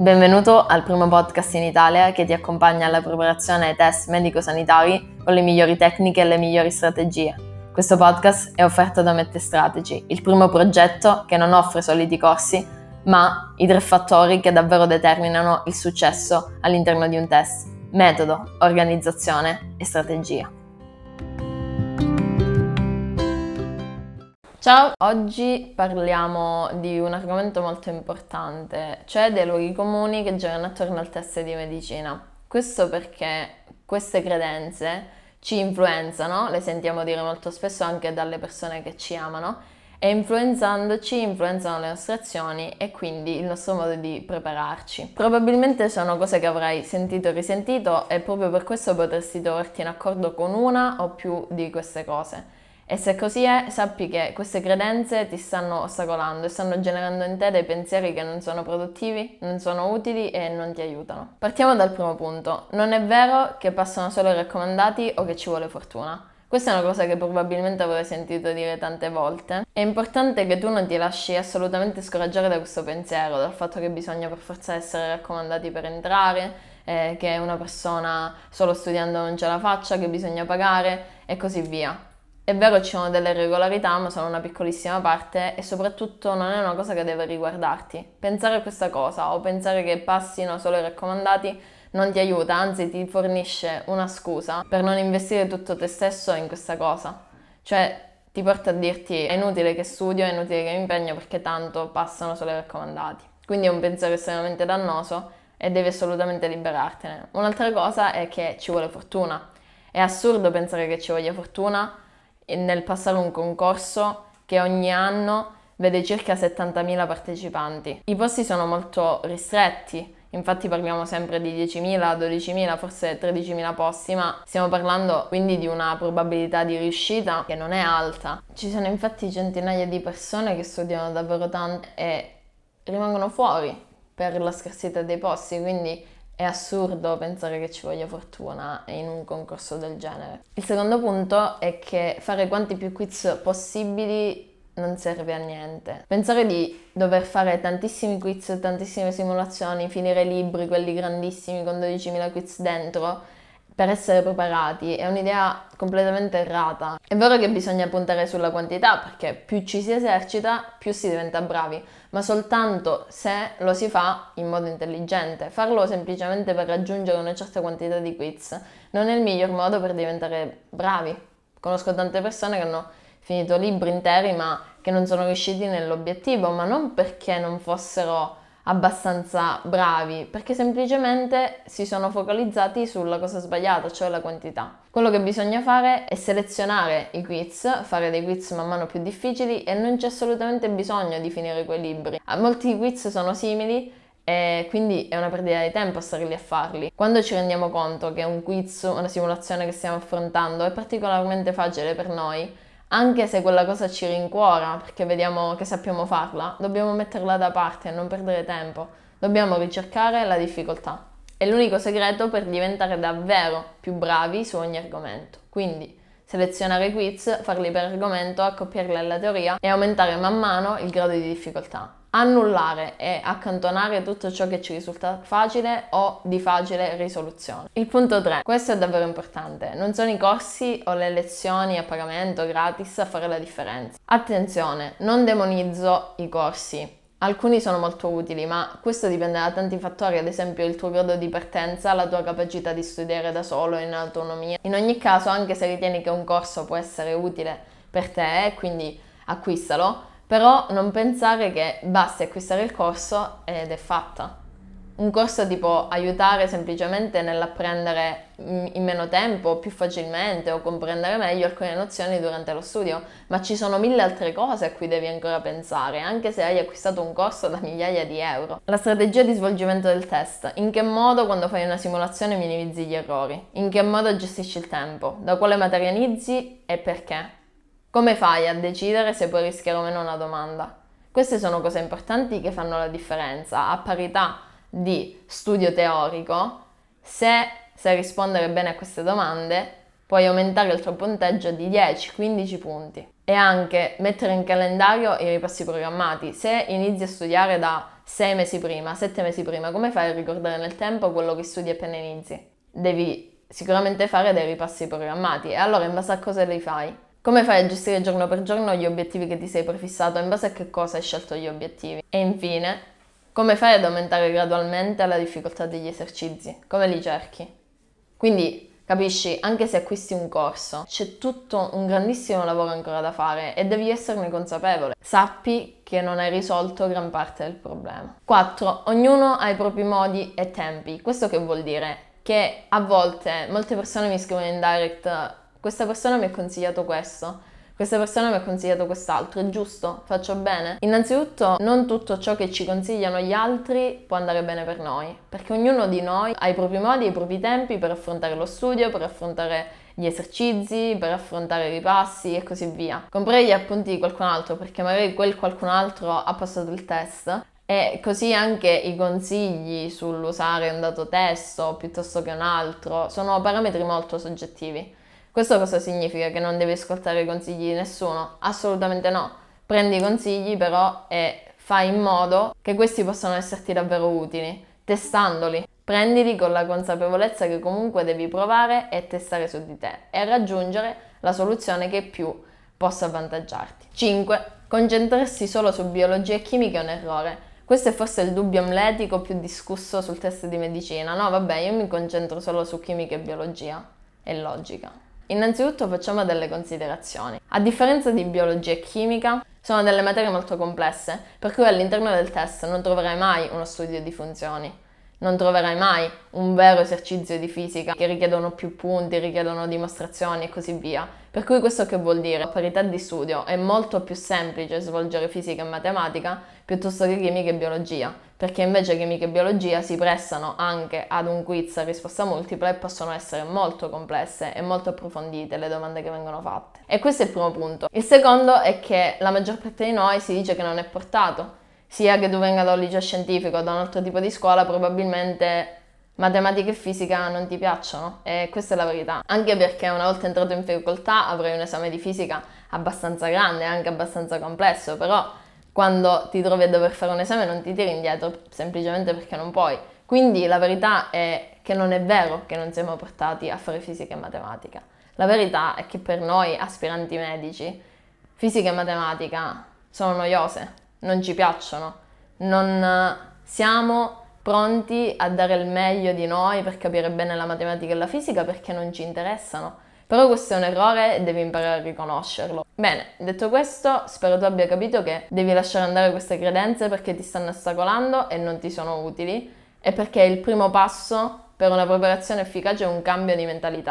Benvenuto al primo podcast in Italia che ti accompagna alla preparazione ai test medico-sanitari con le migliori tecniche e le migliori strategie. Questo podcast è offerto da MetteStrategy, il primo progetto che non offre soliti corsi, ma i 3 fattori che davvero determinano il successo all'interno di un test: metodo, organizzazione e strategia. Ciao, oggi parliamo di un argomento molto importante, cioè dei luoghi comuni che girano attorno al test di medicina. Questo perché queste credenze ci influenzano, le sentiamo dire molto spesso anche dalle persone che ci amano, e influenzandoci influenzano le nostre azioni e quindi il nostro modo di prepararci. Probabilmente sono cose che avrai sentito e risentito e proprio per questo potresti trovarti in accordo con una o più di queste cose. E se così è, sappi che queste credenze ti stanno ostacolando e stanno generando in te dei pensieri che non sono produttivi, non sono utili e non ti aiutano. Partiamo dal primo punto. Non è vero che passano solo i raccomandati o che ci vuole fortuna. Questa è una cosa che probabilmente avrai sentito dire tante volte. È importante che tu non ti lasci assolutamente scoraggiare da questo pensiero, dal fatto che bisogna per forza essere raccomandati per entrare, che una persona solo studiando non ce la faccia, che bisogna pagare e così via. È vero, ci sono delle irregolarità, ma sono una piccolissima parte e soprattutto non è una cosa che deve riguardarti. Pensare a questa cosa o pensare che passino solo i raccomandati non ti aiuta, anzi ti fornisce una scusa per non investire tutto te stesso in questa cosa. Cioè ti porta a dirti: è inutile che studio, è inutile che mi impegno perché tanto passano solo i raccomandati. Quindi è un pensiero estremamente dannoso e devi assolutamente liberartene. Un'altra cosa è che ci vuole fortuna. È assurdo pensare che ci voglia fortuna nel passare un concorso che ogni anno vede circa 70.000 partecipanti. I posti sono molto ristretti, infatti parliamo sempre di 10.000, 12.000, forse 13.000 posti, ma stiamo parlando quindi di una probabilità di riuscita che non è alta. Ci sono infatti centinaia di persone che studiano davvero tanto e rimangono fuori per la scarsità dei posti, quindi è assurdo pensare che ci voglia fortuna in un concorso del genere. Il secondo punto è che fare quanti più quiz possibili non serve a niente. Pensare di dover fare tantissimi quiz, tantissime simulazioni, finire libri, quelli grandissimi con 12.000 quiz dentro, per essere preparati è un'idea completamente errata. È vero che bisogna puntare sulla quantità perché più ci si esercita, più si diventa bravi, ma soltanto se lo si fa in modo intelligente. Farlo semplicemente per raggiungere una certa quantità di quiz non è il miglior modo per diventare bravi. Conosco tante persone che hanno finito libri interi ma che non sono riusciti nell'obiettivo, ma non perché non fossero abbastanza bravi, perché semplicemente si sono focalizzati sulla cosa sbagliata, cioè la quantità. Quello che bisogna fare è selezionare i quiz, fare dei quiz man mano più difficili e non c'è assolutamente bisogno di finire quei libri. Molti quiz sono simili e quindi è una perdita di tempo stare lì a farli. Quando ci rendiamo conto che un quiz, una simulazione che stiamo affrontando è particolarmente facile per noi, anche se quella cosa ci rincuora perché vediamo che sappiamo farla, dobbiamo metterla da parte e non perdere tempo. Dobbiamo ricercare la difficoltà. È l'unico segreto per diventare davvero più bravi su ogni argomento. Quindi selezionare i quiz, farli per argomento, accoppiarli alla teoria e aumentare man mano il grado di difficoltà. Annullare e accantonare tutto ciò che ci risulta facile o di facile risoluzione. Il punto 3, questo è davvero importante, non sono i corsi o le lezioni a pagamento gratis a fare la differenza. Attenzione, non demonizzo i corsi. Alcuni sono molto utili, ma questo dipende da tanti fattori, ad esempio il tuo grado di partenza, la tua capacità di studiare da solo in autonomia. In ogni caso, anche se ritieni che un corso può essere utile per te, quindi acquistalo, però non pensare che basti acquistare il corso ed è fatta. Un corso ti può aiutare semplicemente nell'apprendere in meno tempo, più facilmente o comprendere meglio alcune nozioni durante lo studio, ma ci sono 1000 altre cose a cui devi ancora pensare, anche se hai acquistato un corso da migliaia di euro. La strategia di svolgimento del test. In che modo quando fai una simulazione minimizzi gli errori? In che modo gestisci il tempo? Da quale materia inizi e perché? Come fai a decidere se puoi rischiare o meno una domanda? Queste sono cose importanti che fanno la differenza. A parità di studio teorico, se sai rispondere bene a queste domande, puoi aumentare il tuo punteggio di 10-15 punti. E anche mettere in calendario i ripassi programmati. Se inizi a studiare da 6 mesi prima, 7 mesi prima, come fai a ricordare nel tempo quello che studi appena inizi? Devi sicuramente fare dei ripassi programmati e allora in base a cosa li fai? Come fai a gestire giorno per giorno gli obiettivi che ti sei prefissato? In base a che cosa hai scelto gli obiettivi? E infine, come fai ad aumentare gradualmente la difficoltà degli esercizi? Come li cerchi? Quindi, capisci, anche se acquisti un corso, c'è tutto un grandissimo lavoro ancora da fare e devi esserne consapevole. Sappi che non hai risolto gran parte del problema. 4. Ognuno ha i propri modi e tempi. Questo che vuol dire? Che a volte molte persone mi scrivono in direct: questa persona mi ha consigliato questo, questa persona mi ha consigliato quest'altro, è giusto? Faccio bene? Innanzitutto, non tutto ciò che ci consigliano gli altri può andare bene per noi, perché ognuno di noi ha i propri modi e i propri tempi per affrontare lo studio, per affrontare gli esercizi, per affrontare i ripassi e così via. Comprare gli appunti di qualcun altro perché magari quel qualcun altro ha passato il test, e così anche i consigli sull'usare un dato testo piuttosto che un altro sono parametri molto soggettivi. Questo cosa significa? Che non devi ascoltare i consigli di nessuno? Assolutamente no. Prendi i consigli però e fai in modo che questi possano esserti davvero utili, testandoli. Prendili con la consapevolezza che comunque devi provare e testare su di te e raggiungere la soluzione che più possa avvantaggiarti. 5. Concentrarsi solo su biologia e chimica è un errore. Questo è forse il dubbio amletico più discusso sul test di medicina. No, vabbè, io mi concentro solo su chimica e biologia. È logica. Innanzitutto facciamo delle considerazioni. A differenza di biologia e chimica, sono delle materie molto complesse, per cui all'interno del test non troverai mai uno studio di funzioni, non troverai mai un vero esercizio di fisica che richiedono più punti, richiedono dimostrazioni e così via. Per cui questo che vuol dire? A parità di studio è molto più semplice svolgere fisica e matematica piuttosto che chimica e biologia, perché invece chimica e biologia si prestano anche ad un quiz a risposta multipla e possono essere molto complesse e molto approfondite le domande che vengono fatte. E questo è il primo punto. Il secondo è che la maggior parte di noi si dice che non è portato, sia che tu venga da un liceo scientifico o da un altro tipo di scuola, probabilmente matematica e fisica non ti piacciono, e questa è la verità. Anche perché una volta entrato in facoltà avrai un esame di fisica abbastanza grande, anche abbastanza complesso, però quando ti trovi a dover fare un esame non ti tiri indietro semplicemente perché non puoi. Quindi la verità è che non è vero che non siamo portati a fare fisica e matematica. La verità è che per noi aspiranti medici fisica e matematica sono noiose, non ci piacciono, non siamo pronti a dare il meglio di noi per capire bene la matematica e la fisica perché non ci interessano. Però questo è un errore e devi imparare a riconoscerlo. Bene, detto questo, spero tu abbia capito che devi lasciare andare queste credenze perché ti stanno ostacolando e non ti sono utili, e perché il primo passo per una preparazione efficace è un cambio di mentalità.